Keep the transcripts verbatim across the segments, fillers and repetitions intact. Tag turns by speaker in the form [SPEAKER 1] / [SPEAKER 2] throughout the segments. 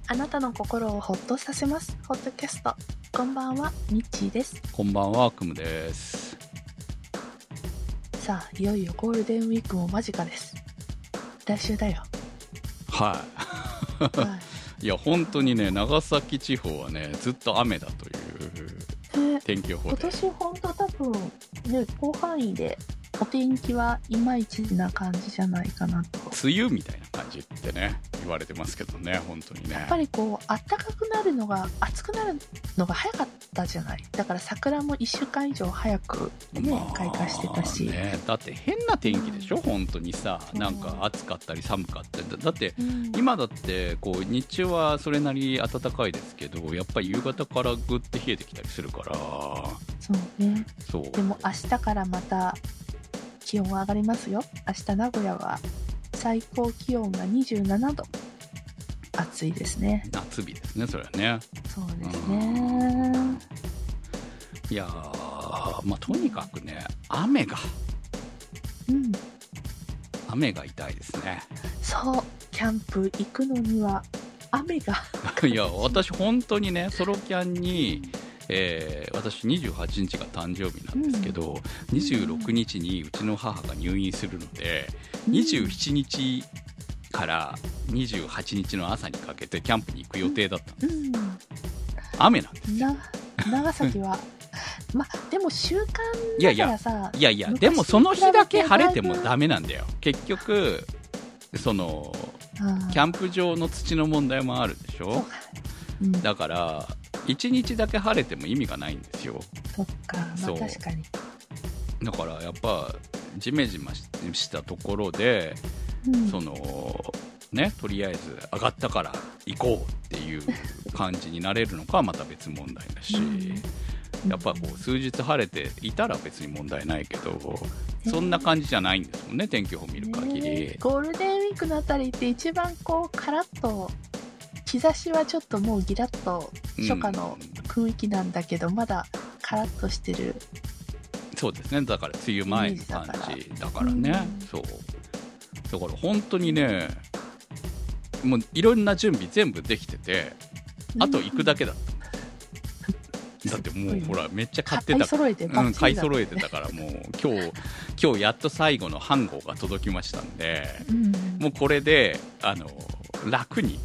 [SPEAKER 1] あなたの心をほっとさせますホットキャスト。こんばんは、ミッチーです。
[SPEAKER 2] こんばんは、クムです。
[SPEAKER 1] さあ、いよいよゴールデンウィークも間近です。来週だよ。
[SPEAKER 2] はい、はい、いや本当にね、長崎地方はねずっと雨だという天気予報で、
[SPEAKER 1] 今年本当多分ね、広範囲でお天気はいまいちな感じじゃないかなと。
[SPEAKER 2] 梅雨みたいな感じってね言われてますけどね、本当にね。
[SPEAKER 1] やっぱりこう暖かくなるのが暑くなるのが早かったじゃない。だから桜もいっしゅうかん以上早くね、まあ、開花してたし、
[SPEAKER 2] ね、だって変な天気でしょ、うん、本当にさ、なんか暑かったり寒かったり だ, だって、うん、今だってこう日中はそれなり暖かいですけど、やっぱり夕方からぐって冷えてきたりするから。
[SPEAKER 1] そうね。そうでも明日からまた気温は上がりますよ。明日名古屋は最高気温がにじゅうななど、暑いですね。
[SPEAKER 2] 夏日ですね、それはね。
[SPEAKER 1] そうですね。
[SPEAKER 2] いやー、まあとにかくね、雨が、
[SPEAKER 1] うん、
[SPEAKER 2] 雨が痛いですね。
[SPEAKER 1] そう、キャンプ行くのには雨が
[SPEAKER 2] いや私本当にね、ソロキャンにえー、私にじゅうはちにちが誕生日なんですけど、うん、にじゅうろくにちにうちの母が入院するので、うん、にじゅうしちにちからにじゅうはちにちの朝にかけてキャンプに行く予定だったんです、うん、雨なんですよ。
[SPEAKER 1] 長崎はまでも習慣だからさ、
[SPEAKER 2] いやいやいや、でもその日だけ晴れてもダメなんだよ。結局そのキャンプ場の土の問題もあるでしょ、うん、だからいちにちだけ晴れても意味がないんですよ。
[SPEAKER 1] そっか、まあ、確かに。
[SPEAKER 2] だからやっぱジメジメしたところで、うん、そのね、とりあえず上がったから行こうっていう感じになれるのかはまた別問題だし、うん、やっぱこう数日晴れていたら別に問題ないけど、そんな感じじゃないんですもんね、天気予報見る限り、
[SPEAKER 1] えー、ゴールデンウィークのあたりって一番こうカラッと、日差しはちょっともうギラッと初夏の雰囲気なんだけど、うん、まだカラッとしてる。
[SPEAKER 2] そうですね、だから梅雨前の感じだからね、うん、そうだから本当にね、もういろんな準備全部できてて、あと行くだけだった、うん、だってもうほらめっちゃ買ってた、買い揃えて、うん、買い揃えてたから、もう今日今日やっと最後の飯盒が届きましたんで、うん、もうこれであの楽に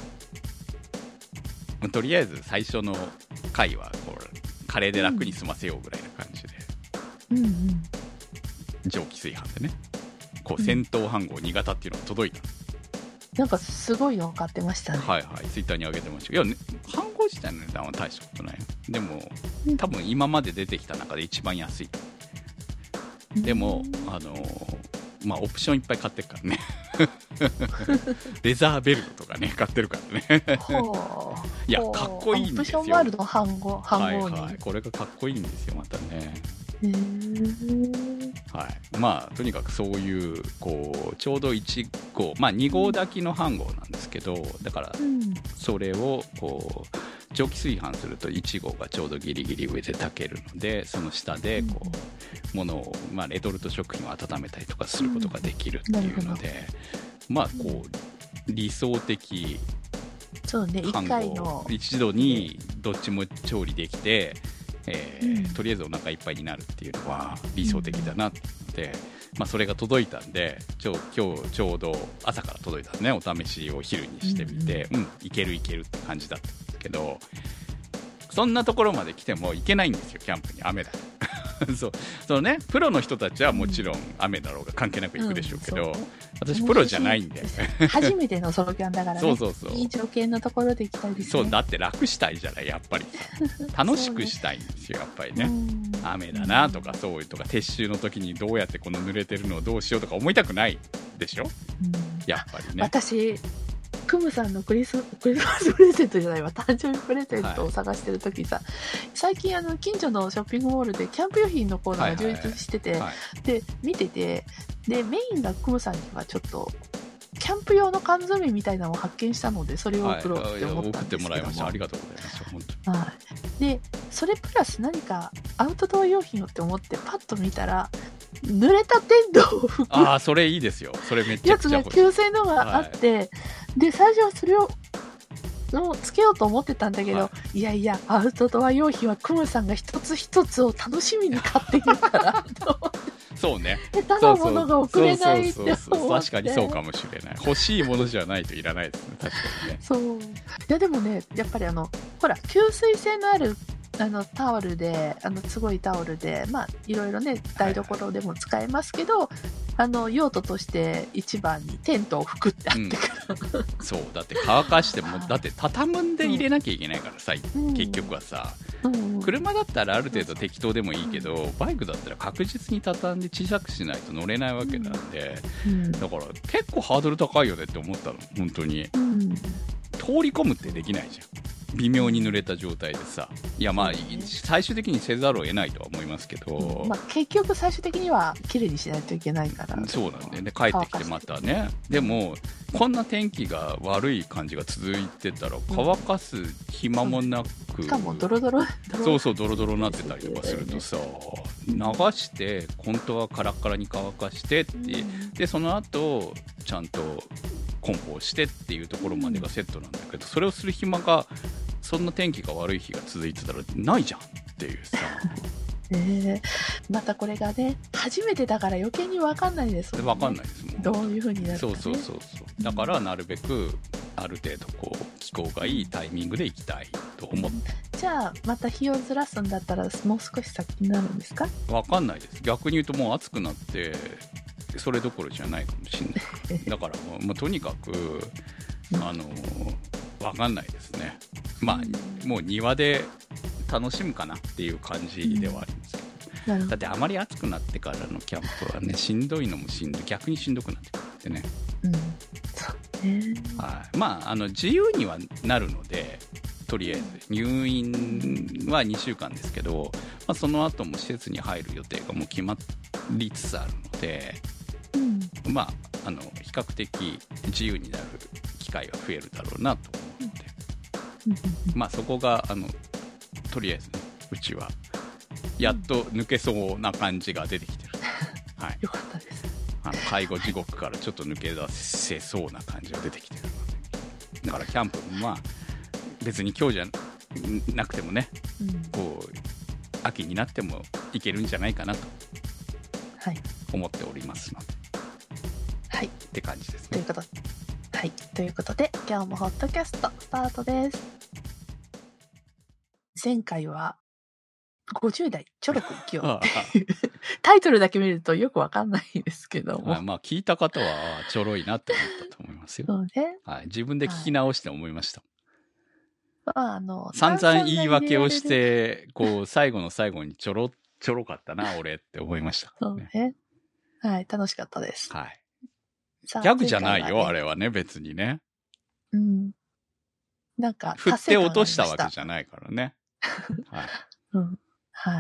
[SPEAKER 2] とりあえず最初の回はこうカレーで楽に済ませようぐらいな感じで、
[SPEAKER 1] うんうん、
[SPEAKER 2] 蒸気炊飯でね、こう戦闘飯盒新潟っていうのが届いた、
[SPEAKER 1] うん、なんかすごいの買ってましたね。
[SPEAKER 2] はいはい、ツイッターに上げてました。いや、ね、飯盒自体の値段は大したことない。でも多分今まで出てきた中で一番安い、うん、でもあのーまあ、オプションいっぱい買ってるからねレザーベルトとかね買ってるからねいやかっこいいんですよ。
[SPEAKER 1] オプションワールド飯盒、飯盒に、
[SPEAKER 2] はいはい、これがかっこいいんですよまたね。
[SPEAKER 1] へー、
[SPEAKER 2] はい、まあとにかくそういうこうちょうどいちごう、まあにごう炊きの飯盒なんですけど、だからそれをこう蒸気炊飯するといちごうがちょうどギリギリ上で炊けるので、その下でこう、うん、ものを、まあ、レトルト食品を温めたりとかすることができるっていうので、うん、まあこう理想的
[SPEAKER 1] そうね、
[SPEAKER 2] 飯盒一度にどっちも調理できて、えーうん、とりあえずお腹いっぱいになるっていうのは理想的だなっていうので、まあ、それが届いたんで、ちょ今日ちょうど朝から届いたんでね、お試しを昼にしてみて、うん、うん、いけるいけるって感じだったんですけど、そんなところまで来てもいけないんですよ、キャンプに雨だそうそのね、プロの人たちはもちろん雨だろうが関係なく行くでしょうけど、うん、私プロじゃないんで
[SPEAKER 1] 初めてのソロキャンだからね
[SPEAKER 2] そうそうそう、
[SPEAKER 1] いい条件のところで行きたいですね。
[SPEAKER 2] そうだって楽したいじゃない、やっぱり楽しくしたいんですよ、やっぱりね。雨だなとかそういうとか、撤収の時にどうやってこの濡れてるのをどうしようとか思いたくないでしょ、うん、やっぱりね。
[SPEAKER 1] 私クムさんのクリス、クリスマスプレゼントじゃないわ、誕生日プレゼントを探してるときさ、はい、最近あの近所のショッピングモールでキャンプ用品のコーナーが充実してて、はいはいはい、で見てて、でメインがクムさんにはちょっとキャンプ用の缶詰みたいなのを発見したので、それを送ろうって思ったんですけども、はい、送ってもらいました。
[SPEAKER 2] ありがとうございます本当に、
[SPEAKER 1] はい、でそれプラス何かアウトドア用品をって思ってパッと見たら、濡れたテントを拭く
[SPEAKER 2] ああそれいいですよ、それめっちゃくちゃ
[SPEAKER 1] やつがきゅうせんえんのがあって、はい、で最初はそれをのつけようと思ってたんだけど、はい、いやいや、アウトドア用品はクムさんが一つ一つを楽しみに買っているからと思って。
[SPEAKER 2] そうね。
[SPEAKER 1] 下手なものが送れないって思って。
[SPEAKER 2] そうそうそうそう、確かにそうかもしれない。欲しいものじゃないといらないですね。確かにね。
[SPEAKER 1] そう。いやでもね、やっぱりあのほら吸水性のあるあのタオルで、あのすごいタオルで、まあいろいろね台所でも使えますけど、はいはい、あの用途として一番にテントを拭くってあってから、
[SPEAKER 2] うん、そうだって乾かしてもだって畳むんで入れなきゃいけないからさ、うん、結局はさ、うん、車だったらある程度適当でもいいけど、うん、バイクだったら確実に畳んで小さくしないと乗れないわけなんで、うん、だから結構ハードル高いよねって思ったの本当に、うん、通り込むってできないじゃん。微妙に濡れた状態でさ、いやまあ最終的にせざるを得ないとは思いますけど、
[SPEAKER 1] うん、まあ、結局最終的には綺麗にしないといけないから。
[SPEAKER 2] そうなんでね、帰ってきてまたね。でもこんな天気が悪い感じが続いてたら乾かす暇もなく、
[SPEAKER 1] うん、しかもドロドロ
[SPEAKER 2] そうそうドロドロになってたりとかするとさ、流して本当はカラッカラに乾かしてって、うん、でその後ちゃんと梱包してっていうところまでがセットなんだけど、それをする暇がそんな天気が悪い日が続いてたらないじゃんっていうさ
[SPEAKER 1] えー、またこれがね初めてだから余計に分かんないですもんね。
[SPEAKER 2] 分かんないですもん。
[SPEAKER 1] どういう風になるか、ね、
[SPEAKER 2] そうそうそうそうだからなるべくある程度こう気候がいいタイミングで行きたいと思って、
[SPEAKER 1] うん、じゃあまた日をずらすんだったらもう少し先になるんですか。
[SPEAKER 2] 分かんないです。逆に言うともう暑くなってそれどころじゃないかもしれないだからもう、まあ、とにかくあの分かんないですね。まあ、うん、もう庭で楽しむかなっていう感じではあるんですけど、うん、だってあまり暑くなってからのキャンプはねしんどいのもしんどい、逆にしんどくなってくるってね、
[SPEAKER 1] うん、そうね、
[SPEAKER 2] はい、まああの自由にはなるのでとりあえず入院はにしゅうかんですけど、まあ、その後も施設に入る予定がもう決まりつつあるので、うん、まああの比較的自由になる機会が増えるだろうなと思うので、うん、まあそこがあのとりあえずねうちはやっと抜けそうな感じが出てきてる、
[SPEAKER 1] うん、はい、よかったです。
[SPEAKER 2] あの介護地獄からちょっと抜け出せそうな感じが出てきてるので、だからキャンプもまあ別に今日じゃなくてもね、うん、こう秋になってもいけるんじゃないかなと思っておりますので、
[SPEAKER 1] はい、
[SPEAKER 2] って感じですね。
[SPEAKER 1] ということで、はい、ということで今日もホットキャストスタートです。前回はごじゅう代ちょろく生きようっていうタイトルだけ見るとよくわかんないですけども、
[SPEAKER 2] はい、まあ聞いた方はちょろいなって思ったと思いますよ。
[SPEAKER 1] そうね、
[SPEAKER 2] はい、自分で聞き直して思いました。
[SPEAKER 1] はい、あの
[SPEAKER 2] 散々言い訳をしてこう最後の最後にちょろちょろかったな俺って思いました、ね。
[SPEAKER 1] そうね、はい、楽しかったです。
[SPEAKER 2] はい。ギャグじゃないよ、ね、あれはね別にね。
[SPEAKER 1] うん。なんか
[SPEAKER 2] 振って落としたわけじゃないからね。はい。
[SPEAKER 1] うん。はい。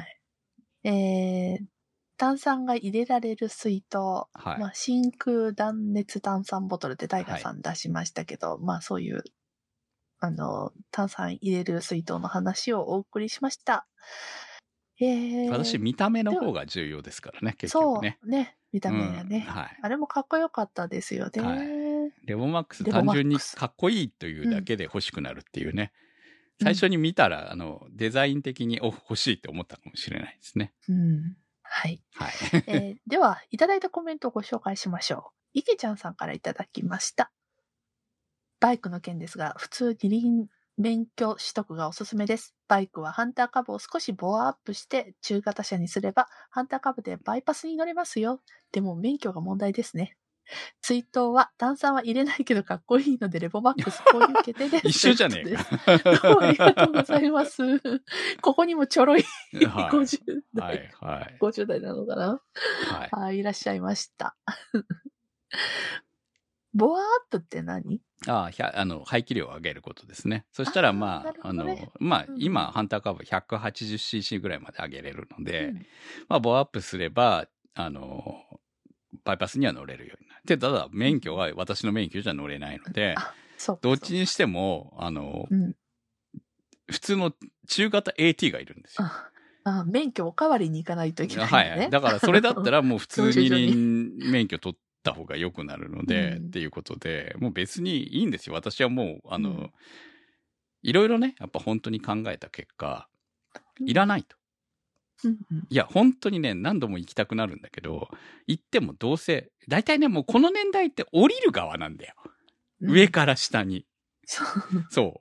[SPEAKER 1] えー、炭酸が入れられる水筒、はい、まあ、真空断熱炭酸ボトルって大河さん出しましたけど、はい、まあそういうあの炭酸入れる水筒の話をお送りしました。えー、
[SPEAKER 2] 私見た目の方が重要ですからね結局ね。
[SPEAKER 1] そうね、見た目やね、うん、はい、あれもかっこよかったですよね。はい、
[SPEAKER 2] レボマックス単純にかっこいいというだけで欲しくなるっていうね。うん、最初に見たらあのデザイン的にお欲しいって思ったかもしれないですね。
[SPEAKER 1] うん、はい。はい。えー、ではいただいたコメントをご紹介しましょう。いけちゃんさんからいただきました。バイクの件ですが、普通二輪免許取得がおすすめです。バイクはハンターカブを少しボアアップして中型車にすればハンターカブでバイパスに乗れますよ。でも免許が問題ですね。水筒は炭酸は入れないけどかっこいいのでレボマックス購入決定です。
[SPEAKER 2] 一緒じゃねえか。
[SPEAKER 1] ありがとうございます。ここにもちょろい、はい、ごじゅう代、はいはい、ごじゅう代なのかな、はい、あ、いらっしゃいました。ボアアップって何？
[SPEAKER 2] ああ、あの排気量を上げることですね。そしたらまあ、あ、ね、あのまあ、うん、今ハンターカブ ひゃくはちじゅっシーシー ぐらいまで上げれるので、うん、まあボアアップすればあのバイパスには乗れるようになる。でただ免許は私の免許じゃ乗れないので、うん、どっちにしてもあの、うん、普通の中型 エーティー がいるんですよ。
[SPEAKER 1] ああ、免許おかわりに行かないといけないんだね。
[SPEAKER 2] はい、だからそれだったらもう普通二輪免許取ってた方が良くなるので、うん、っていうことでもう別にいいんですよ。私はもうあの、うん、 いろいろね、やっぱ本当に考えた結果、いらないと。
[SPEAKER 1] うんうん、
[SPEAKER 2] いや、本当にね、何度も行きたくなるんだけど、行ってもどうせ、大体ね、もうこの年代って降りる側なんだよ。うん、上から下に。そう。そう。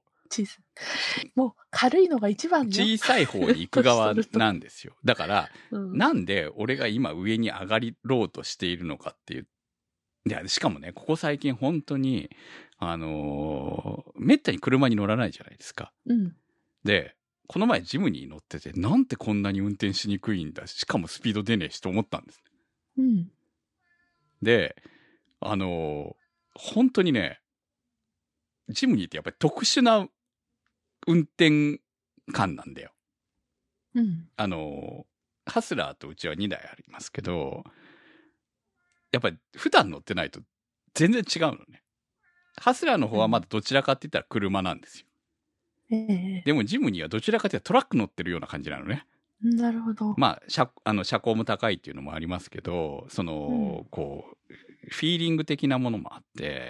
[SPEAKER 1] もう軽いのが一番
[SPEAKER 2] よ。小さい方に行く側なんですよ。だから、うん、なんで俺が今上に上がろうとしているのかっていう。いや、しかもね、ここ最近本当に、あのー、めったに車に乗らないじゃないですか。うん、で、この前ジムに乗ってて、なんてこんなに運転しにくいんだ。しかもスピード出ねえしと思ったんです。うん、で、あのー、本当にね、ジムニーってやっぱり特殊な運転感なんだよ。うん、あのー、ハスラーとうちはにだいありますけど、やっぱり普段乗ってないと全然違うのね。ハスラーの方はまだどちらかって言ったら車なんですよ。えー、でもジムニーはどちらかというとトラック乗ってるような感じなのね。
[SPEAKER 1] なるほど。
[SPEAKER 2] まあ、車、あの、車高も高いっていうのもありますけど、その、うん、こう、フィーリング的なものもあって、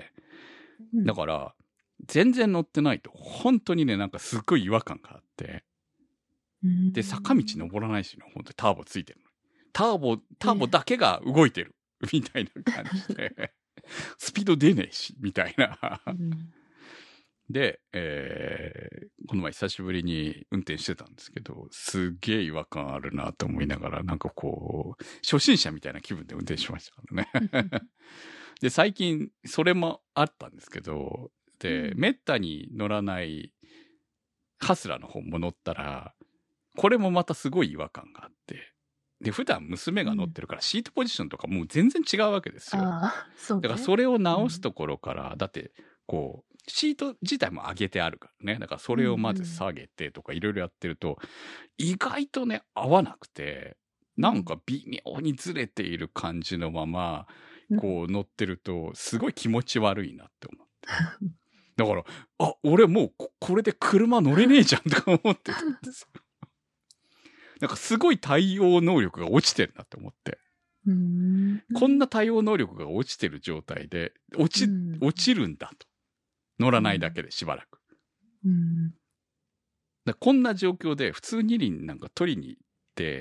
[SPEAKER 2] うん、だから、全然乗ってないと、本当にね、なんかすっごい違和感があって、うん、で、坂道登らないしね、本当にターボついてるの。ターボ、ターボだけが動いてる、えー、みたいな感じで、スピード出ねえし、みたいな。うんで、えー、この前久しぶりに運転してたんですけど、すっげえ違和感あるなと思いながら、なんかこう、初心者みたいな気分で運転しましたからね。で、最近それもあったんですけど、で、うん、めったに乗らないハスラーの方も乗ったら、これもまたすごい違和感があって、で、普段娘が乗ってるからシートポジションとかもう全然違うわけですよ。あそうね、だからそれを直すところから、うん、だってこう、シート自体も上げてあるからね。だからそれをまず下げてとかいろいろやってると、意外とね、合わなくて、なんか微妙にずれている感じのまま、こう乗ってると、すごい気持ち悪いなって思って。だから、あ、俺もうこれで車乗れねえじゃんとか思ってたんですよ。なんかすごい対応能力が落ちてるなって思って。うーんこんな対応能力が落ちてる状態で、落ち、落ちるんだと。乗らないだけでしばらく。うん、だこんな状況で普通二輪なんか取りに行って、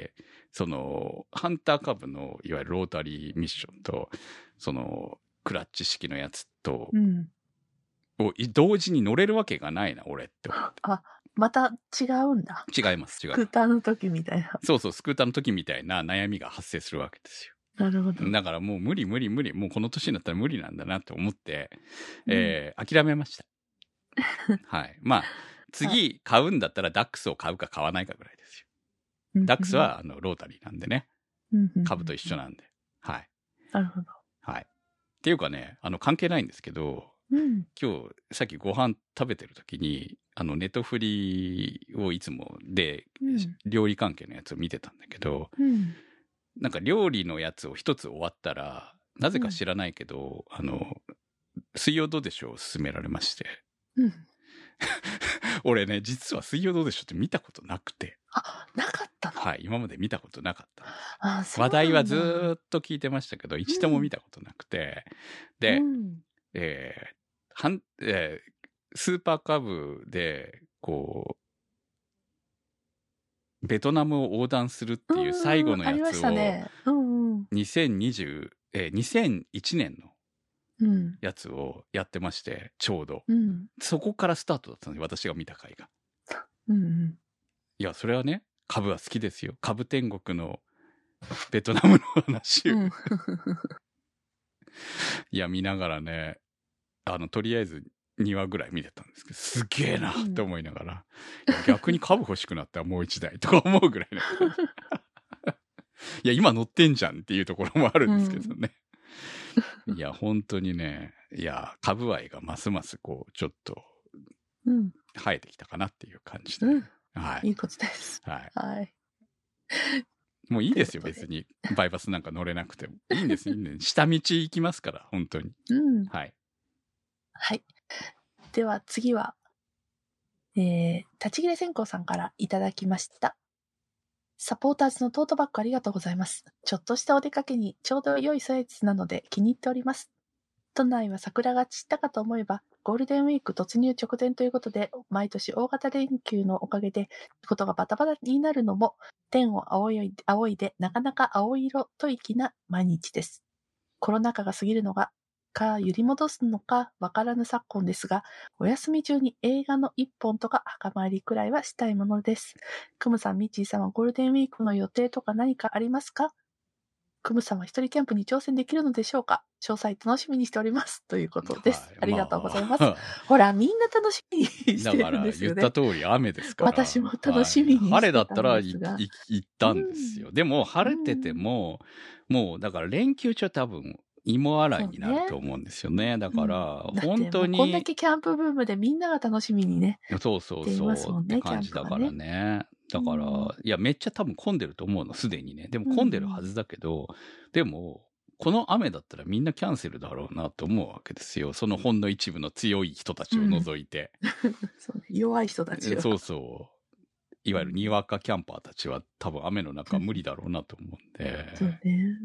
[SPEAKER 2] その、ハンターカブのいわゆるロータリーミッションと、その、クラッチ式のやつと、うん、を同時に乗れるわけがないな、俺って思って。
[SPEAKER 1] あ、また違うんだ。
[SPEAKER 2] 違います、違います。
[SPEAKER 1] スクーターの時みたいな。
[SPEAKER 2] そうそう、スクーターの時みたいな悩みが発生するわけですよ。
[SPEAKER 1] なるほど。
[SPEAKER 2] だからもう無理無理無理、もうこの年になったら無理なんだなと思って、うん、えー、諦めました。はい。まあ、次買うんだったらダックスを買うか買わないかぐらいですよ。ダックスはあのロータリーなんでね。株と一緒なんで。はい。
[SPEAKER 1] なるほど。
[SPEAKER 2] はい。っていうかね、あの関係ないんですけど、うん、今日さっきご飯食べてる時に、あのネトフリをいつもで、うん、料理関係のやつを見てたんだけど、うん、なんか料理のやつを一つ終わったら、なぜか知らないけど、うん、あの、水曜どうでしょうを勧められまして。うん俺ね、実は水曜どうでしょうって見たことなくて。
[SPEAKER 1] あ、なかったの？
[SPEAKER 2] はい、今まで見たことなかった。あ、話題はずーっと聞いてましたけど、一度も見たことなくて。うん、で、うん、えーはんえー、スーパーカブで、こう、ベトナムを横断するっていう最後のやつを、ねうんうん、にせんにじゅう、えー、にせんいちねんのやつをやってまして、ちょうど、うん、そこからスタートだったので、私が見た回が、うんうん、いやそれはね、株は好きですよ。株天国のベトナムの話を、うん、いや見ながらね、あのとりあえずにわぐらい見てたんですけど、すげえなって思いながら、うん、逆に株欲しくなったらもう一台とか思うぐらいないや今乗ってんじゃんっていうところもあるんですけどね、うんいや、本当にね、いや、株愛がますますこう、ちょっと、生えてきたかなっていう感じで。うん、
[SPEAKER 1] はい。いいことです。はい。はい。
[SPEAKER 2] もういいですよ、別に。バイパスなんか乗れなくても。いいんです、いいんです。下道行きますから、本当に。うん。はい。
[SPEAKER 1] はい。では次は、えー、立ち切れ線香さんからいただきました。サポーターズのトートバッグありがとうございます。ちょっとしたお出かけにちょうど良いサイズなので気に入っております。 都内は桜が散ったかと思えば、ゴールデンウィーク突入直前ということで、毎年大型連休のおかげで、仕事がバタバタになるのも、天を仰い仰いで、なかなか青色と粋な毎日です。コロナ禍が過ぎるのが、か揺り戻すのかわからぬ昨今ですが、お休み中に映画の一本とか墓参りくらいはしたいものです。クムさん、ミッチーさんはゴールデンウィークの予定とか何かありますか？クムさんは一人キャンプに挑戦できるのでしょうか？詳細楽しみにしております。ということです。はい、ありがとうございます。まあ、ほら、みんな楽しみにしてるんですよね。
[SPEAKER 2] だから言った通り雨ですから。
[SPEAKER 1] 私も楽しみにしてたんですが。
[SPEAKER 2] はい、晴れだったら行ったんですよ。うん、でも晴れてても、うん、もうだから連休中多分芋洗いになると思うんですよね。だから、うん、本当に。
[SPEAKER 1] こんだけキャンプブームでみんなが楽しみにね。
[SPEAKER 2] そうそうそう、って感じだからね。だから、うん、いや、めっちゃ多分混んでると思うの、すでにね。でも混んでるはずだけど、うん、でも、この雨だったらみんなキャンセルだろうなと思うわけですよ。そのほんの一部の強い人たちを除いて。
[SPEAKER 1] うん、そうね、弱い人たちは。
[SPEAKER 2] そうそう。いわゆるにわかキャンパーたちは多分雨の中無理だろうなと思うんで。
[SPEAKER 1] そうね。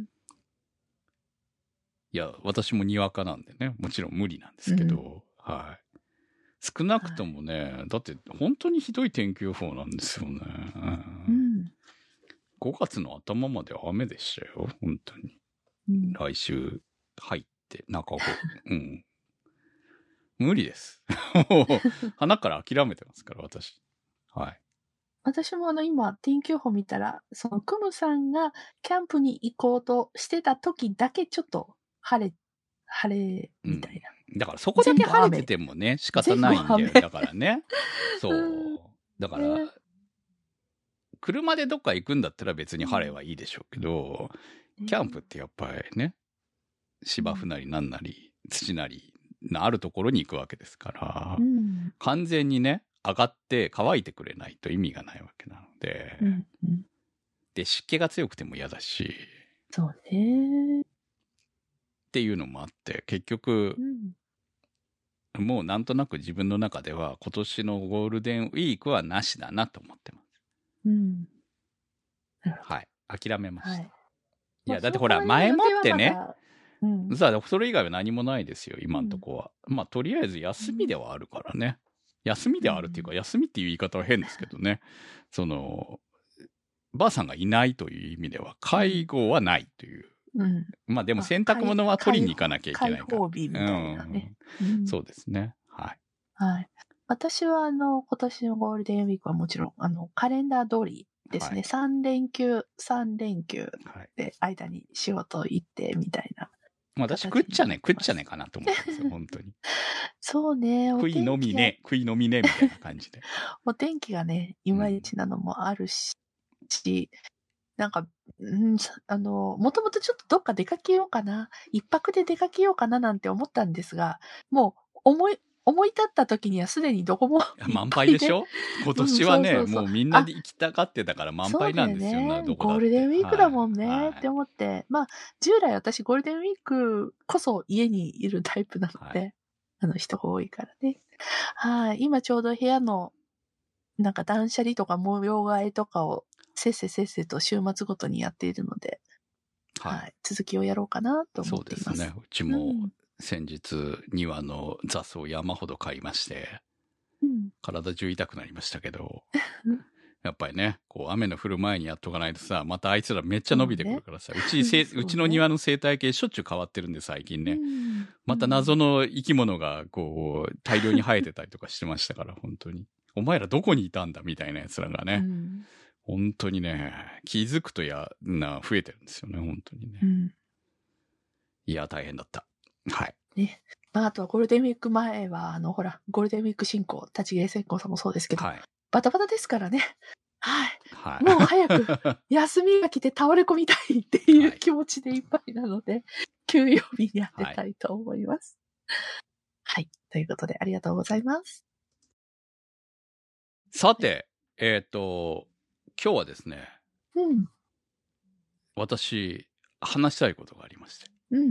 [SPEAKER 2] いや、私もにわかなんでね、もちろん無理なんですけど、うん、はい。少なくともね、はい、だって本当にひどい天気予報なんですよね。うん、ごがつの頭まで雨でしたよ、本当に。うん、来週入って中頃、うん。無理です。もう鼻から諦めてますから、私。はい。
[SPEAKER 1] 私もあの今天気予報見たら、そのクムさんがキャンプに行こうとしてた時だけちょっと晴れ、晴れみたいな。
[SPEAKER 2] うん、だからそこだけ晴れててもね、仕方ないんだよ。だからね。そう。だから、えー、車でどっか行くんだったら別に晴れはいいでしょうけど、うん、キャンプってやっぱりね、芝生なりなんなり、土なり、あるところに行くわけですから、うん、完全にね、上がって乾いてくれないと意味がないわけなので、うんうん、で、湿気が強くても嫌だし、
[SPEAKER 1] そうね。
[SPEAKER 2] っていうのもあって、結局、うん、もうなんとなく自分の中では今年のゴールデンウィークはなしだなと思ってます。うん。はい。諦めました。はい、いや、だってほら、前もってね、うん、さあ、それ以外は何もないですよ、今んとこは。うん、まあ、とりあえず休みではあるからね。うん、休みではあるっていうか、休みっていう言い方は変ですけどね。その、ばあさんがいないという意味では、介護はないという。うん、まあでも洗濯物は取りに行かなきゃいけないから。
[SPEAKER 1] 開放日みたいなね、
[SPEAKER 2] うんうん。そうですね。はい。
[SPEAKER 1] はい。私はあの、今年のゴールデンウィークはもちろん、あの、カレンダー通りですね。はい、さん連休、さん連休で間に仕事行ってみたいな。
[SPEAKER 2] 私、食っちゃね、食っちゃねかなと思ったんですよ、本当に。
[SPEAKER 1] そうね。
[SPEAKER 2] 食い飲みね、食い飲みね、みたいな感じで。
[SPEAKER 1] お天気がね、いまいちなのもあるし、うん、なんか、うん、あの、もともとちょっとどっか出かけようかな、一泊で出かけようかななんて思ったんですが、もう思い、思い立った時にはすでにどこも
[SPEAKER 2] 満杯でしょ今年はね、うん、そうそうそう、もうみんなで行きたがってたから満杯なんですよね、どこだって。
[SPEAKER 1] ゴールデンウィークだもんね、はい、って思って、まあ、従来私ゴールデンウィークこそ家にいるタイプなので、はい、あの人が多いからね。はい、今ちょうど部屋のなんか断捨離とか模様替えとかをせっせせっせと週末ごとにやっているので、はい、はい、続きをやろうかなと思っています。
[SPEAKER 2] そうですね。うちも先日庭の雑草山ほど買いまして、うん、体中痛くなりましたけど、やっぱりね、こう雨の降る前にやっとかないとさ、またあいつらめっちゃ伸びてくるからさ、う,、ね、うちせ、うちの庭の生態系しょっちゅう変わってるんで最近ね、うん、また謎の生き物がこう大量に生えてたりとかしてましたから本当に。お前らどこにいたんだみたいなやつらがね、うん、本当にね、気づくとやな増えてるんですよね、本当にね。うん、いや、大変だった。はい。
[SPEAKER 1] ね。まあ、あとはゴールデンウィーク前は、あの、ほら、ゴールデンウィーク進行、立ち芸専攻さんもそうですけど、はい、バタバタですからね。はい。はい、もう早く休みが来て倒れ込みたいっていう気持ちでいっぱいなので、はい、休養日に当てたいと思います。はい、はい。ということで、ありがとうございます。
[SPEAKER 2] さて、えっと、今日はですね、うん、私、話したいことがありまして。うんうん、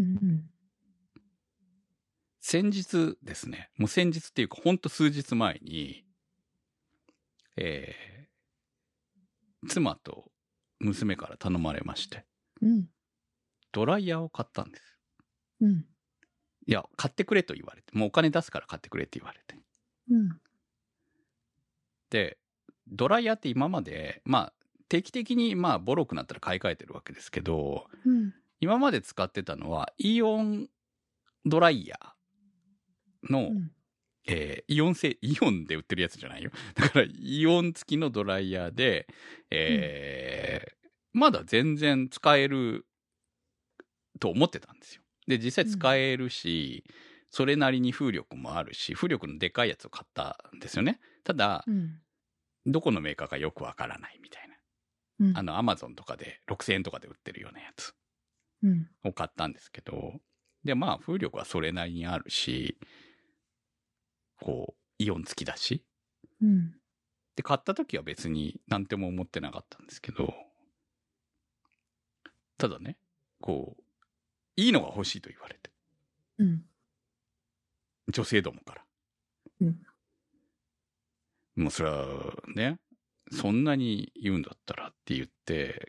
[SPEAKER 2] 先日ですね、もう先日っていうか、ほんと数日前に、えー、妻と娘から頼まれまして、うん、ドライヤーを買ったんです。うん、 いや、買ってくれと言われて、もうお金出すから買ってくれって言われて。
[SPEAKER 1] うん。
[SPEAKER 2] で、ドライヤーって今まで、まあ、定期的に、まあ、ボロくなったら買い替えてるわけですけど、
[SPEAKER 1] うん。
[SPEAKER 2] 今まで使ってたのは、イオンドライヤーの、
[SPEAKER 1] うん
[SPEAKER 2] えーイオン製、イオンで売ってるやつじゃないよ。だから、イオン付きのドライヤーで、えーうん、まだ全然使えると思ってたんですよ。で、実際使えるし、うん、それなりに風力もあるし、風力のでかいやつを買ったんですよね。ただ、うん、どこのメーカーかよくわからないみたいな。うん、あの、アマゾンとかでろくせんえんとかで売ってるようなやつを買ったんですけど、で、まあ、風力はそれなりにあるし、こう、イオン付きだし。うん、で、買った時は別になんとも思ってなかったんですけど、ただね、こう、いいのが欲しいと言われて。うん、女性どもから。うん、もうそれはね、そんなに言うんだったらって言って、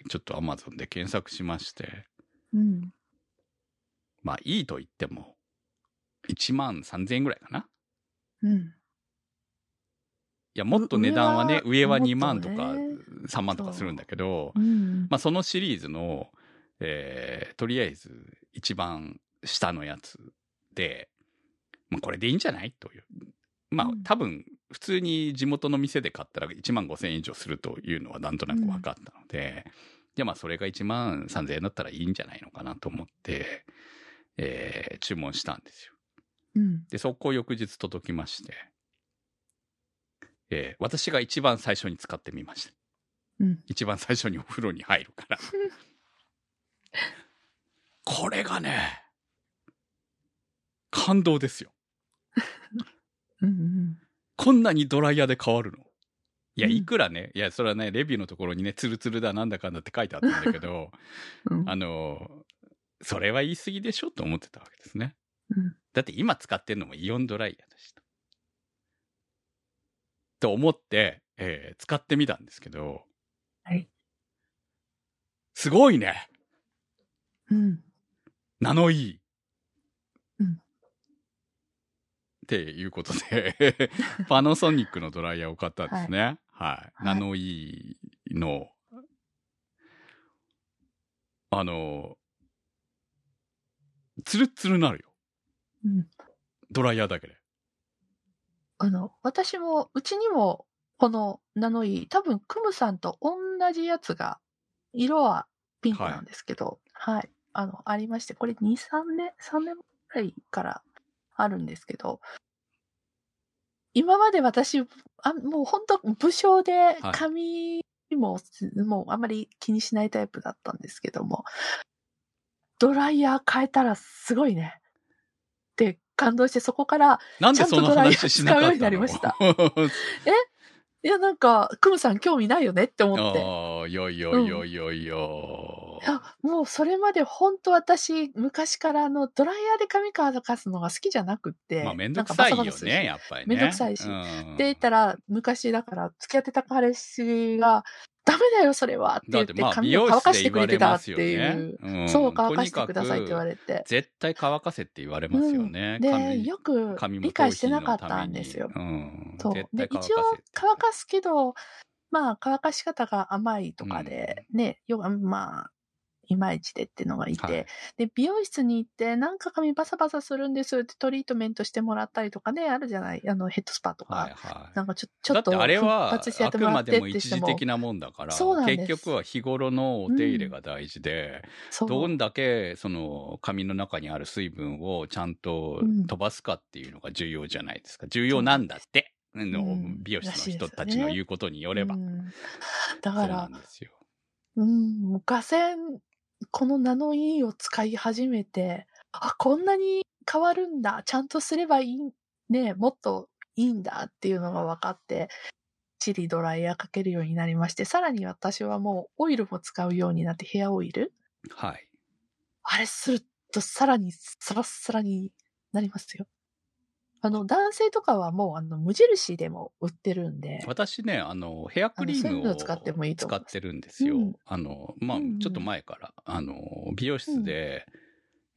[SPEAKER 2] ちょっと Amazon で検索しまして、うん、まあいいと言っても、いちまんさんぜんえんぐらいかな。うん。いや、もっと値段はね、上はにまんとかさんまんとかするんだけど、うん、まあそのシリーズの、えー、とりあえず一番下のやつで、まあこれでいいんじゃないという。まあ、うん、多分普通に地元の店で買ったらいちまんごせんえん以上するというのはなんとなく分かったので、うん、じゃあまあそれがいちまんさんぜんえんだったらいいんじゃないのかなと思って、えー、注文したんですよ。うん、で、速攻翌日届きまして、えー、私が一番最初に使ってみました。うん、一番最初にお風呂に入るから。これがね、感動ですよ。うんうん、こんなにドライヤーで変わるの？いや、いくらね、うん、いや、それはね、レビューのところにね、ツルツルだなんだかんだって書いてあったんだけど、うん、あの、それは言い過ぎでしょと思ってたわけですね。うん、だって今使ってるのもイオンドライヤーだしと。と思って、えー、使ってみたんですけど、はい。すごいね。うん。ナノイー。うん。っていうことで、パナソニックのドライヤーを買ったんですね。はい。はい、ナノイーの、あの、ツルツルなるよ。うん。ドライヤーだけで。あの、私も、うちにも、このナノイー、多分、クムさんと同じやつが、色はピンクなんですけど、はい、はい。あの、ありまして、これに、さんねん、さんねんぐらいからあるんですけど、今まで私、あもう本当武将で髪も、はい、もうあんまり気にしないタイプだったんですけども、ドライヤー変えたらすごいね。って感動して、そこから、ちゃんとドライヤー使うようになりました。えいや、なんか、クムさん興味ないよねって思って。ああ、いやいやいやいやいや。いや、もうそれまで本当私、昔からあの、ドライヤーで髪乾かすのが好きじゃなくって。まあ、めんどくさいよね、やっぱりね。めんどくさいし。うん、で、言ったら、昔だから、付き合ってた彼氏が、ダメだよ、それはって言って、髪を乾かしてくれてたっていう。うん、そう、乾かしてくださいって言われて。絶対乾かせって言われますよね。うん、で、よく理解してなかったんですよ。うん、そう。で、一応乾かすけど、まあ、乾かし方が甘いとかで、うん、ね、よまあ、いまいちでっていうのがいて、はい、で、美容室に行って、なんか髪バサバサするんですってトリートメントしてもらったりとかね、あるじゃない、あの、ヘッドスパとか。はいはい、なんかちょ、ちょっと、だってあれは、あくまでも一時的なもんだから、そうなんです。結局は日頃のお手入れが大事で、うん、どんだけ、その、髪の中にある水分をちゃんと飛ばすかっていうのが重要じじゃないですか。重要なんだって。の、うん、美容室の人たちの言うことによれば。うん、だから、そうなんですよ。うん、画線、このナノイーを使い始めて、あ、こんなに変わるんだ、ちゃんとすればいい、ね、もっといいんだっていうのが分かって、チリドライヤーかけるようになりまして、さらに私はもうオイルも使うようになって、ヘアオイル。はい。あれするとさらにサラッサラになりますよ。あの、男性とかはもう、あの、無印でも売ってるんで。私ね、あの、ヘアクリームを使ってもいいと思う。使ってるんですよ。うん、あの、まあ、うんうん、ちょっと前から、あの、美容室で、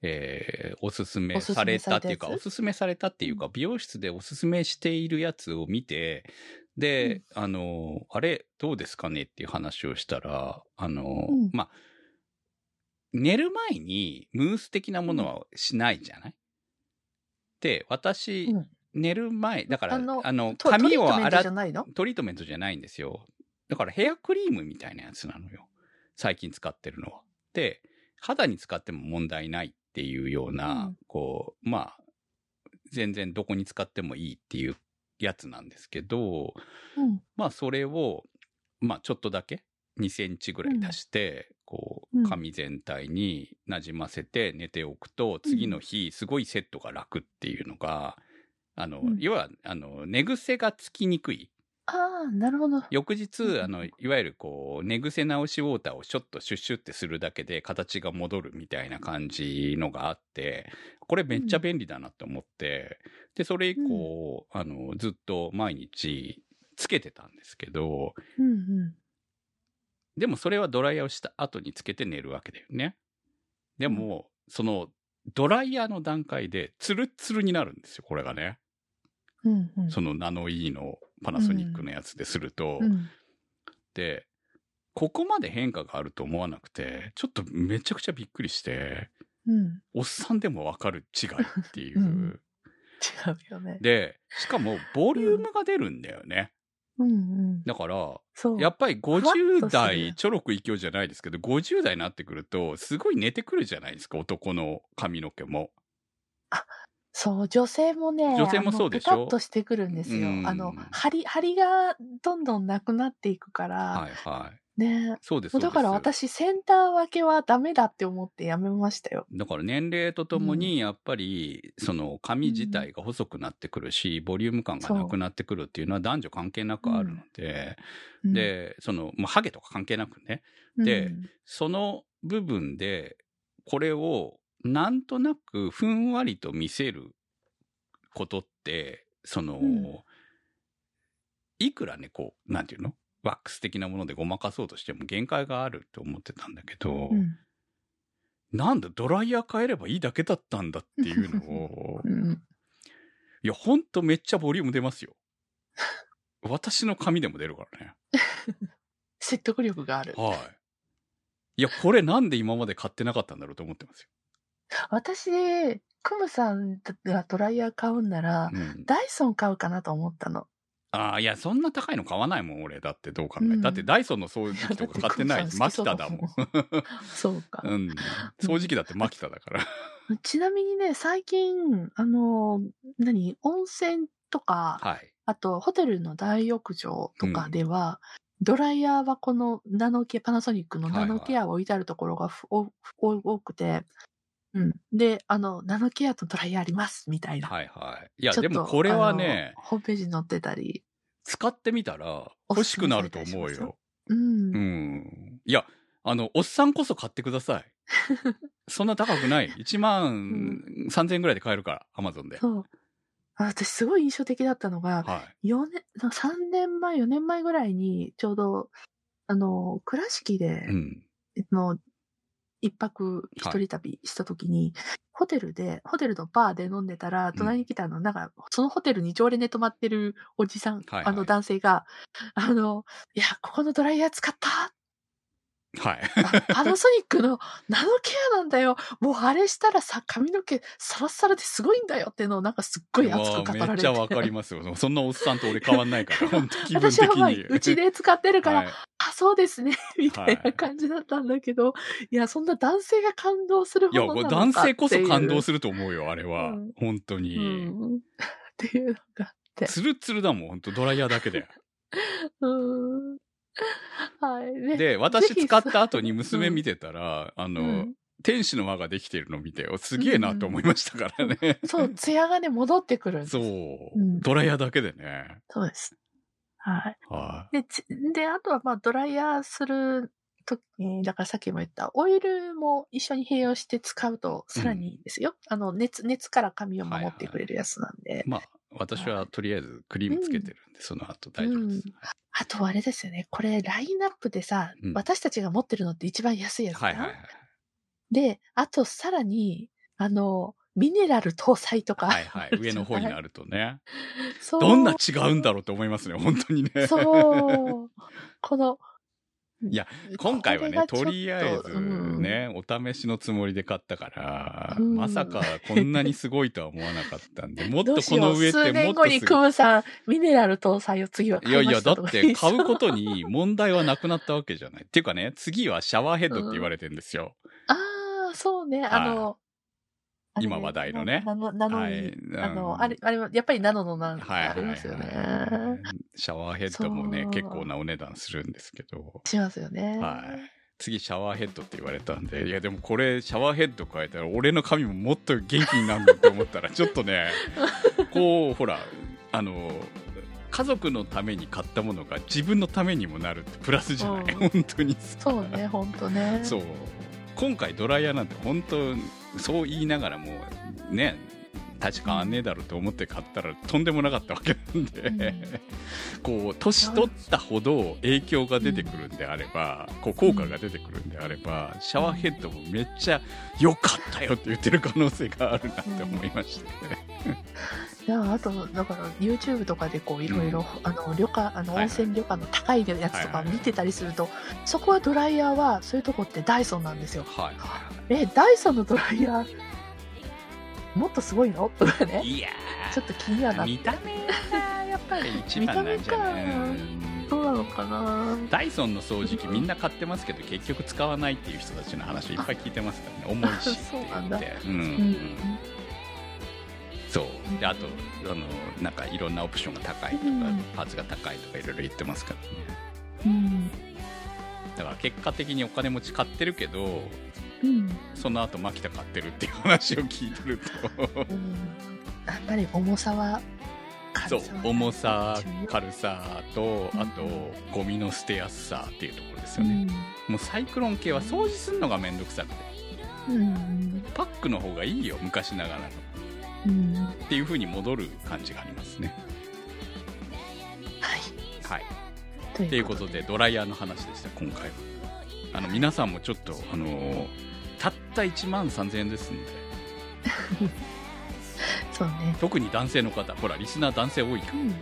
[SPEAKER 2] えー、おすすめされたっていうか、おすすめされたっていうか、美容室でおすすめしているやつを見て、で、うん、あの、あれ、どうですかねっていう話をしたら、あの、うん、まあ、寝る前にムース的なものはしないじゃない、うん、で、私、うん、寝る前、だから、あの、あの髪を洗っ、トリートメントじゃないんですよ。だからヘアクリームみたいなやつなのよ。最近使ってるのは。で、肌に使っても問題ないっていうような、うん、こう、まあ、全然どこに使ってもいいっていうやつなんですけど、うん、まあ、それを、まあ、ちょっとだけ、にセンチぐらい足して、うん、こう、髪全体になじませて寝ておくと、うん、次の日、すごいセットが楽っていうのが、あの、うん、要は、あの、寝癖がつきにくい。
[SPEAKER 1] ああ、なるほど。
[SPEAKER 2] 翌日、あの、いわゆるこう、寝癖直しウォーターをちょっとシュッシュってするだけで形が戻るみたいな感じのがあって、これめっちゃ便利だなって思って、うん、で、それ以降、うん、あの、ずっと毎日つけてたんですけど、うんうん、でもそれはドライヤーをした後につけて寝るわけだよね。でも、うん、その、ドライヤーの段階でツルッツルになるんですよ、これがね。うんうん、そのナノイーのパナソニックのやつですると、うん、で、ここまで変化があると思わなくて、ちょっとめちゃくちゃびっくりして、うん、おっさんでもわかる違いっていう、うん。
[SPEAKER 1] 違うよね。
[SPEAKER 2] で、しかもボリュームが出るんだよね。うんうん、だから、やっぱりごじゅう代ちょろく勢いじゃないですけど、ごじゅう代になってくると、すごい寝てくるじゃないですか、男の髪の毛も。
[SPEAKER 1] あ、そう、女性もね、
[SPEAKER 2] 女性もそうでしょ。
[SPEAKER 1] ペタッとしてくるんですよ。あの、張り、張りがどんどんなくなっていくから。
[SPEAKER 2] はいはい。
[SPEAKER 1] ね。
[SPEAKER 2] そうです、そうです。
[SPEAKER 1] だから私、センター分けはダメだって思ってやめましたよ。
[SPEAKER 2] だから年齢とともに、やっぱり、その髪自体が細くなってくるし、うん、ボリューム感がなくなってくるっていうのは男女関係なくあるので、うん、で、その、まあ、ハゲとか関係なくね。で、うん、その部分で、これを、なんとなくふんわりと見せることって、その、うん、いくらね、こう、なんていうの？ワックス的なものでごまかそうとしても限界があると思ってたんだけど、うん、なんだ、ドライヤー変えればいいだけだったんだっていうのを、うん、いや、ほんとめっちゃボリューム出ますよ。私の髪でも出るからね。
[SPEAKER 1] 説得力がある。
[SPEAKER 2] はい。いや、これなんで今まで買ってなかったんだろうと思ってますよ。
[SPEAKER 1] 私、クムさんがドライヤー買うんなら、うん、ダイソン買うかなと思ったの。
[SPEAKER 2] ああ、いや、そんな高いの買わないもん、俺。だってどう考え、うん、だってダイソンの掃除機とか買ってない。マキタだもん。
[SPEAKER 1] そうか。
[SPEAKER 2] うん。掃除機だってマキタだから。
[SPEAKER 1] ちなみにね、最近、あの、何、温泉とか、はい、あと、ホテルの大浴場とかでは、うん、ドライヤーはこのナノケア、パナソニックのナノケアを置いてあるところが、はいはい、多くて、うん。で、あの、ナノケアとドライヤーあります、みたいな。
[SPEAKER 2] はいはい。いや、でもこれはね、
[SPEAKER 1] ホームページに載ってたり。
[SPEAKER 2] 使ってみたら欲しくなると思うよ。
[SPEAKER 1] うん。
[SPEAKER 2] うん。いや、あの、おっさんこそ買ってください。そんな高くない。いちまんさんぜんえんぐらいで買えるから、アマゾンで。
[SPEAKER 1] そう。私すごい印象的だったのが、はい、よねん、さんねんまえ、よねんまえぐらいに、ちょうど、あの、倉敷で、うん、の、一泊一人旅した時に、はい、ホテルで、ホテルのバーで飲んでたら、隣に来たの、うん、なんか、そのホテルに常連で泊まってるおじさん、はいはい、あの男性が、あの、いや、ここのドライヤー使った
[SPEAKER 2] はい。
[SPEAKER 1] パナソニックのナノケアなんだよ。もうあれしたらさ、髪の毛サラッサラですごいんだよっていうのをなんかすっごい熱く語られて。
[SPEAKER 2] めっちゃわかりますよ。そんなおっさんと俺変わんないから、本当気分的に。
[SPEAKER 1] 私はまあ、うちで使ってるから、はい、あ、そうですね、みたいな感じだったんだけど、はい、いや、そんな男性が感動するほどなのかっていう。
[SPEAKER 2] いや、男性こそ感動すると思うよ、あれは。うん、本当に、うん。
[SPEAKER 1] っていうのがあって。
[SPEAKER 2] ツルツルだもん、本当ドライヤーだけで。
[SPEAKER 1] うん。はい。ね、
[SPEAKER 2] で、私使った後に娘見てたら、うん、あの、うん、天使の輪ができてるの見て、すげえなと思いましたからね。
[SPEAKER 1] うん、そう、ツヤがね、戻ってくるんです。
[SPEAKER 2] そう、うん。ドライヤーだけでね。
[SPEAKER 1] そうです。はい。はい。で、で、あとはまあ、ドライヤーするときに、だからさっきも言った、オイルも一緒に併用して使うとさらにいいんですよ。うん、あの、熱、熱から髪を守ってくれるやつなんで。はいはい、
[SPEAKER 2] まあ、私はとりあえずクリームつけてるんで、うん、その後大丈夫です。うん、
[SPEAKER 1] あとあれですよね。これラインナップでさ、うん、私たちが持ってるのって一番安いやつだ。はいはいはい。で、あとさらに、 あの、ミネラル搭載とか。
[SPEAKER 2] はいはい。上の方になるとね。
[SPEAKER 1] そう。
[SPEAKER 2] どんな違うんだろうと思いますね、本当にね。
[SPEAKER 1] そう。この、
[SPEAKER 2] いや、今回はね、とりあえずね、うん、お試しのつもりで買ったから、うん、まさかこんなにすごいとは思わなかったんで、もっとこの上ってもっとすごい。数
[SPEAKER 1] 年後にクムさん、ミネラル搭載を次は買いましたとか。
[SPEAKER 2] いやいや、だって買うことに問題はなくなったわけじゃない。っていうかね、次はシャワーヘッドって言われてるんですよ。
[SPEAKER 1] うん、ああ、そうね、あの、
[SPEAKER 2] 今話題のね。
[SPEAKER 1] ナノ、ナノ、はい、あの、あれ、あれは、やっぱりナノのなんかありますよね、はいはいはい。
[SPEAKER 2] シャワーヘッドもね、結構なお値段するんですけど。
[SPEAKER 1] しますよね。
[SPEAKER 2] はい。次シャワーヘッドって言われたんで、いやでもこれシャワーヘッド変えたら俺の髪ももっと元気になるんだって思ったら、ちょっとね、こう、ほら、あの、家族のために買ったものが自分のためにもなるってプラスじゃない、うん、本当に。
[SPEAKER 1] そうね、本当ね。
[SPEAKER 2] そう。今回ドライヤーなんて本当そう言いながらもね、大して変わんねえだろうと思って買ったらとんでもなかったわけなんで、うん、こう年取ったほど影響が出てくるんであれば、こう効果が出てくるんであれば、シャワーヘッドもめっちゃ良かったよって言ってる可能性があるなって思いましたね。
[SPEAKER 1] いや、あとだから YouTube とかでこういろいろあの旅館あの温泉旅館の高いやつとか見てたりすると、はいはいはい、そこはドライヤーはそういうとこってダイソンなんですよ。
[SPEAKER 2] はいはい、
[SPEAKER 1] えダイソンのドライヤーもっとすごいのとかね。
[SPEAKER 2] いや
[SPEAKER 1] ちょっと気にはなって。
[SPEAKER 2] 見た目がやっぱり一番なんじゃない。
[SPEAKER 1] そうなのかな。
[SPEAKER 2] ダイソンの掃除機みんな買ってますけど結局使わないっていう人たちの話をいっぱい聞いてますからね。重いしって言って。そうなんだ。うんうんうんそうで、あとあのなんかいろんなオプションが高いとか、うん、パーツが高いとかいろいろ言ってますからね、うん、だから結果的にお金持ち買ってるけど、うん、その後マキタ買ってるっていう話を聞いてると、うん、
[SPEAKER 1] やっぱり重さは
[SPEAKER 2] そう重さ軽さと、あとゴミの捨てやすさっていうところですよね、うん、もうサイクロン系は掃除するのがめんどくさくて、うん、パックの方がいいよ昔ながらのうん、っていう風に戻る感じがありますね。
[SPEAKER 1] はい。
[SPEAKER 2] はい。ということでドライヤーの話でした今回は。あの皆さんもちょっとあのー、たったいちまんさんぜんえんですので。
[SPEAKER 1] そうね。
[SPEAKER 2] 特に男性の方、ほらリスナー男性多いから。うん、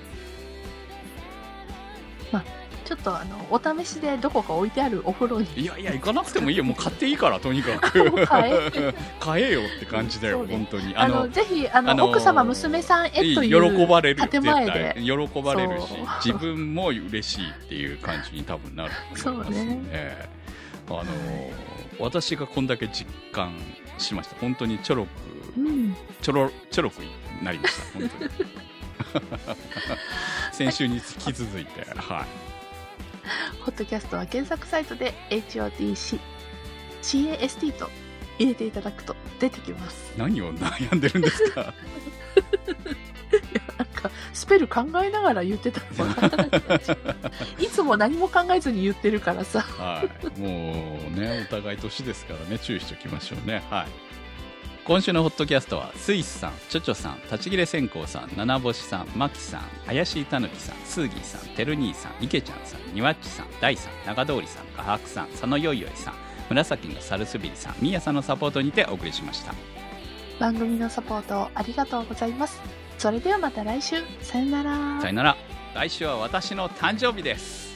[SPEAKER 1] まあちょっとあのお試しでどこか置いてあるお風呂に
[SPEAKER 2] いやいや行かなくてもいいよもう買っていいからとにかく買え買えよって感じだよ、ね、本当に
[SPEAKER 1] あのぜひあの、あのー、奥様娘さんへという
[SPEAKER 2] 喜ばれる
[SPEAKER 1] 建前で
[SPEAKER 2] 喜ばれるし自分も嬉しいっていう感じに多分なると思いますね。そうね、あのー、私がこんだけ実感しました。本当にちょろく、うん、ちょろちょろくなりました本当に先週に引き続いてはい
[SPEAKER 1] ホットキャストは検索サイトで エイチオーティーシーシーエーエスティー と入れていただくと出てきます。
[SPEAKER 2] 何を悩んでるんですかいや
[SPEAKER 1] なんかスペル考えながら言ってたのいつも何も考えずに言ってるからさ、
[SPEAKER 2] はい、もうねお互い年ですからね注意しておきましょうね。はい、今週のホットキャストはスイスさん、チョチョさん、立ち切れ線香さん、七星さん、マキさん、怪しいたぬきさん、スーギーさん、てる兄さん、いけちゃんさん、にわっちさん、大さん、長通りさん、画伯さん、佐野よいよいさん、紫のサルスビリさん、みやさんのサポートにてお送りしました。
[SPEAKER 1] 番組のサポートありがとうございます。それではまた来週、さよなら。
[SPEAKER 2] さよなら。来週は私の誕生日です。